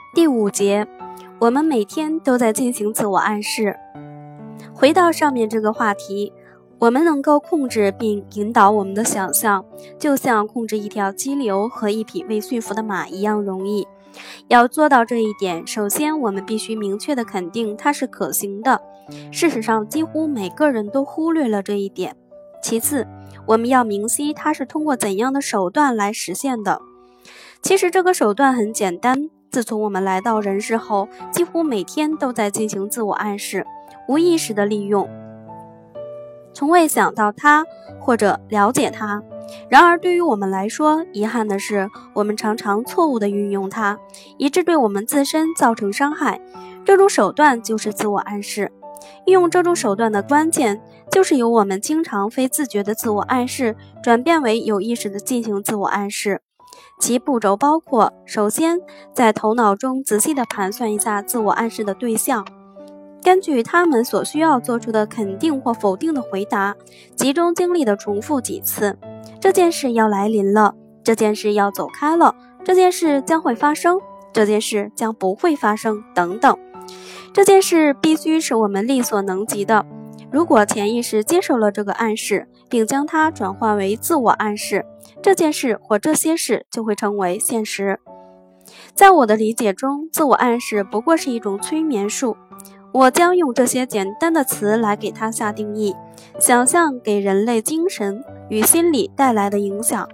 第5节，我们每天都在进行自我暗示。回到上面这个话题，我们能够控制并引导我们的想象，就像控制一条激流和一匹未驯服的马一样容易。要做到这一点，首先我们必须明确地肯定它是可行的。事实上，几乎每个人都忽略了这一点。其次，我们要明晰它是通过怎样的手段来实现的。其实这个手段很简单，自从我们来到人世后，几乎每天都在进行自我暗示，无意识的利用，从未想到它或者了解它。然而对于我们来说，遗憾的是，我们常常错误地运用它，以致对我们自身造成伤害。这种手段就是自我暗示。运用这种手段的关键，就是由我们经常非自觉的自我暗示转变为有意识地进行自我暗示。其步骤包括：首先，在头脑中仔细地盘算一下自我暗示的对象，根据他们所需要做出的肯定或否定的回答，集中精力地重复几次。这件事要来临了，这件事要走开了，这件事将会发生，这件事将不会发生，等等。这件事必须是我们力所能及的。如果潜意识接受了这个暗示，并将它转换为自我暗示，这件事或这些事就会成为现实。在我的理解中，自我暗示不过是一种催眠术。我将用这些简单的词来给它下定义：想象给人类精神与心理带来的影响。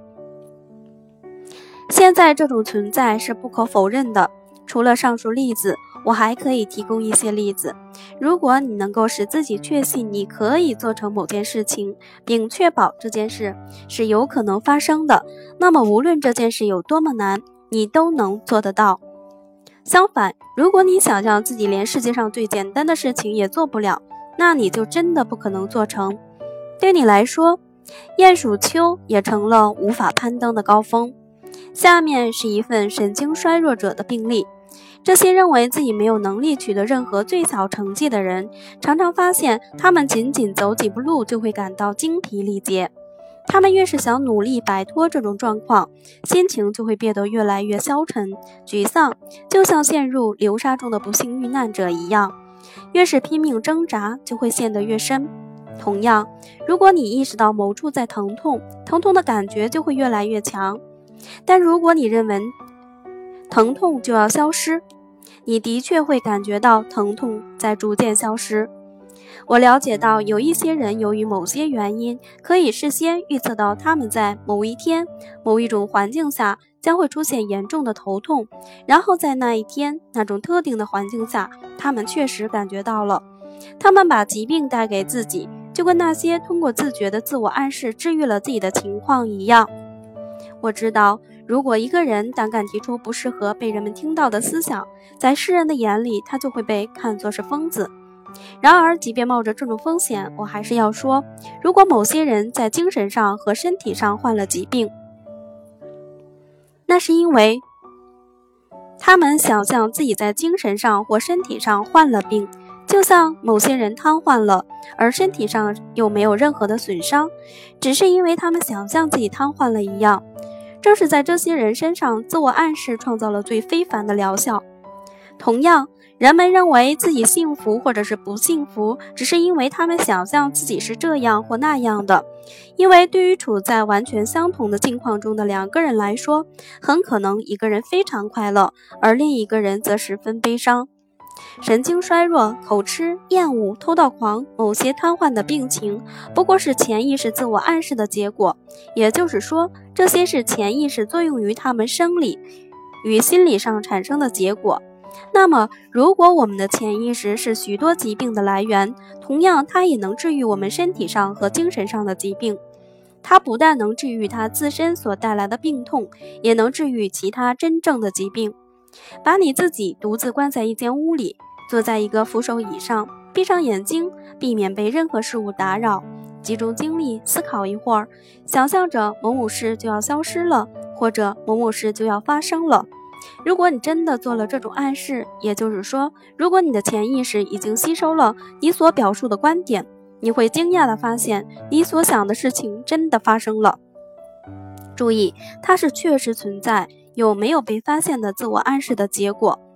现在这种存在是不可否认的。除了上述例子，我还可以提供一些例子。如果你能够使自己确信你可以做成某件事情，并确保这件事是有可能发生的，那么无论这件事有多么难，你都能做得到。相反，如果你想象自己连世界上最简单的事情也做不了，那你就真的不可能做成。对你来说，鼹鼠丘也成了无法攀登的高峰。下面是一份神经衰弱者的病例。这些认为自己没有能力取得任何最小成绩的人，常常发现他们仅仅走几步路就会感到精疲力竭。他们越是想努力摆脱这种状况，心情就会变得越来越消沉、沮丧，就像陷入流沙中的不幸遇难者一样。越是拼命挣扎，就会陷得越深。同样，如果你意识到某处在疼痛，疼痛的感觉就会越来越强。但如果你认为疼痛就要消失，你的确会感觉到疼痛在逐渐消失。我了解到有一些人由于某些原因，可以事先预测到他们在某一天、某一种环境下将会出现严重的头痛，然后在那一天、那种特定的环境下，他们确实感觉到了。他们把疾病带给自己，就跟那些通过自觉的自我暗示治愈了自己的情况一样。我知道，如果一个人胆敢提出不适合被人们听到的思想，在世人的眼里，他就会被看作是疯子。然而，即便冒着这种风险，我还是要说，如果某些人在精神上和身体上患了疾病，那是因为他们想象自己在精神上或身体上患了病，就像某些人瘫痪了，而身体上又没有任何的损伤，只是因为他们想象自己瘫痪了一样。正是在这些人身上，自我暗示创造了最非凡的疗效。同样，人们认为自己幸福或者是不幸福，只是因为他们想象自己是这样或那样的。因为对于处在完全相同的境况中的两个人来说，很可能一个人非常快乐，而另一个人则十分悲伤。神经衰弱、口吃、厌恶、偷盗狂，某些瘫痪的病情，不过是潜意识自我暗示的结果。也就是说，这些是潜意识作用于他们生理与心理上产生的结果。那么，如果我们的潜意识是许多疾病的来源，同样它也能治愈我们身体上和精神上的疾病。它不但能治愈它自身所带来的病痛，也能治愈其他真正的疾病。把你自己独自关在一间屋里，坐在一个扶手椅上，闭上眼睛，避免被任何事物打扰，集中精力思考一会儿，想象着某某事就要消失了，或者某某事就要发生了。如果你真的做了这种暗示，也就是说，如果你的潜意识已经吸收了你所表述的观点，你会惊讶地发现你所想的事情真的发生了。注意，它是确实存在有没有被发现的自我暗示的结果。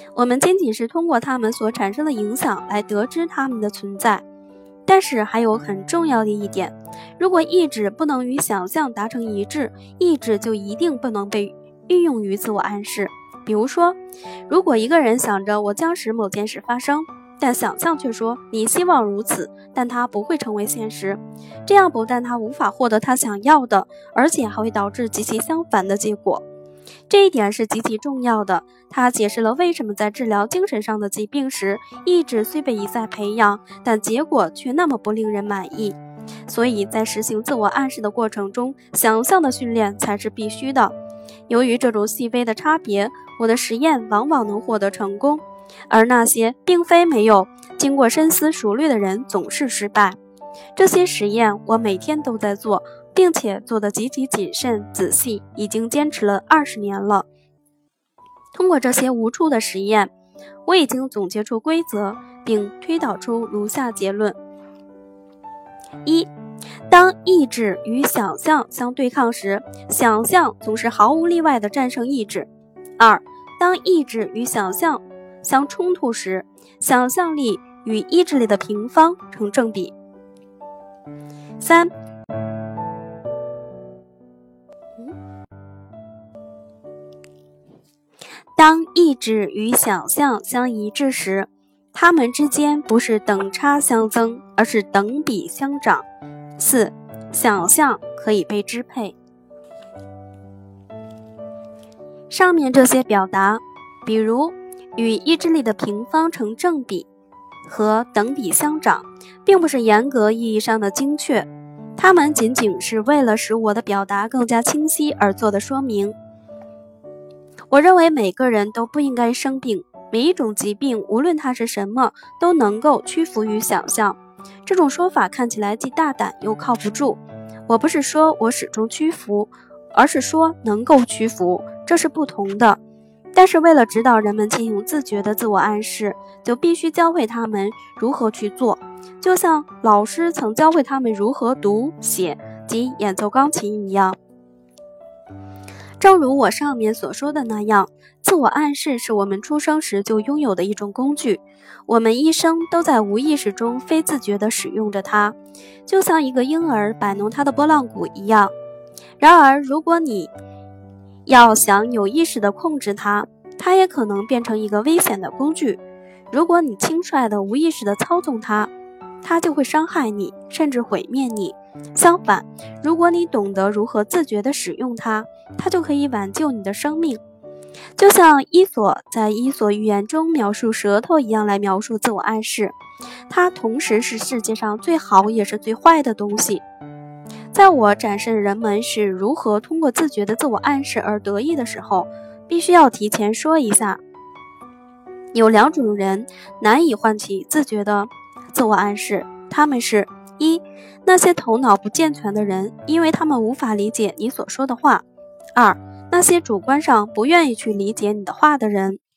我们仅仅是通过它们所产生的影响来得知它们的存在。但是还有很重要的一点，如果意志不能与想象达成一致，意志就一定不能被运用于自我暗示。比如说，如果一个人想着我将使某件事发生，但想象却说你希望如此，但它不会成为现实，这样不但他无法获得他想要的，而且还会导致极其相反的结果。这一点是极其重要的，它解释了为什么在治疗精神上的疾病时，意志虽被一再培养，但结果却那么不令人满意。所以在实行自我暗示的过程中，想象的训练才是必须的。由于这种细微的差别，我的实验往往能获得成功，而那些并非没有经过深思熟虑的人总是失败。这些实验我每天都在做，并且做得极其谨慎仔细，已经坚持了20年了。通过这些无数的实验，我已经总结出规则，并推导出如下结论：一、当意志与想象相对抗时，想象总是毫无例外地战胜意志。二、当意志与想象相冲突时，想象力与意志力的平方成正比。三、当意志与想象相一致时，它们之间不是等差相增，而是等比相长。四、想象可以被支配。上面这些表达，比如与意志力的平方成正比和等比相长，并不是严格意义上的精确，它们仅仅是为了使我的表达更加清晰而做的说明。我认为每个人都不应该生病，每一种疾病无论它是什么，都能够屈服于想象。这种说法看起来既大胆又靠不住。我不是说我始终屈服，而是说能够屈服，这是不同的。但是为了指导人们进行自觉的自我暗示，就必须教会他们如何去做，就像老师曾教会他们如何读、写及演奏钢琴一样。正如我上面所说的那样，自我暗示是我们出生时就拥有的一种工具，我们一生都在无意识中非自觉地使用着它，就像一个婴儿摆弄他的拨浪鼓一样。然而，如果你要想有意识地控制它，它也可能变成一个危险的工具。如果你轻率地无意识地操纵它，它就会伤害你，甚至毁灭你。相反，如果你懂得如何自觉地使用它，它就可以挽救你的生命。就像伊索在《伊索寓言》中描述舌头一样来描述自我暗示，它同时是世界上最好也是最坏的东西。在我展示人们是如何通过自觉的自我暗示而得意的时候，必须要提前说一下，有2种人难以唤起自觉的自我暗示，他们是：一、那些头脑不健全的人，因为他们无法理解你所说的话；二、那些主观上不愿意去理解你的话的人。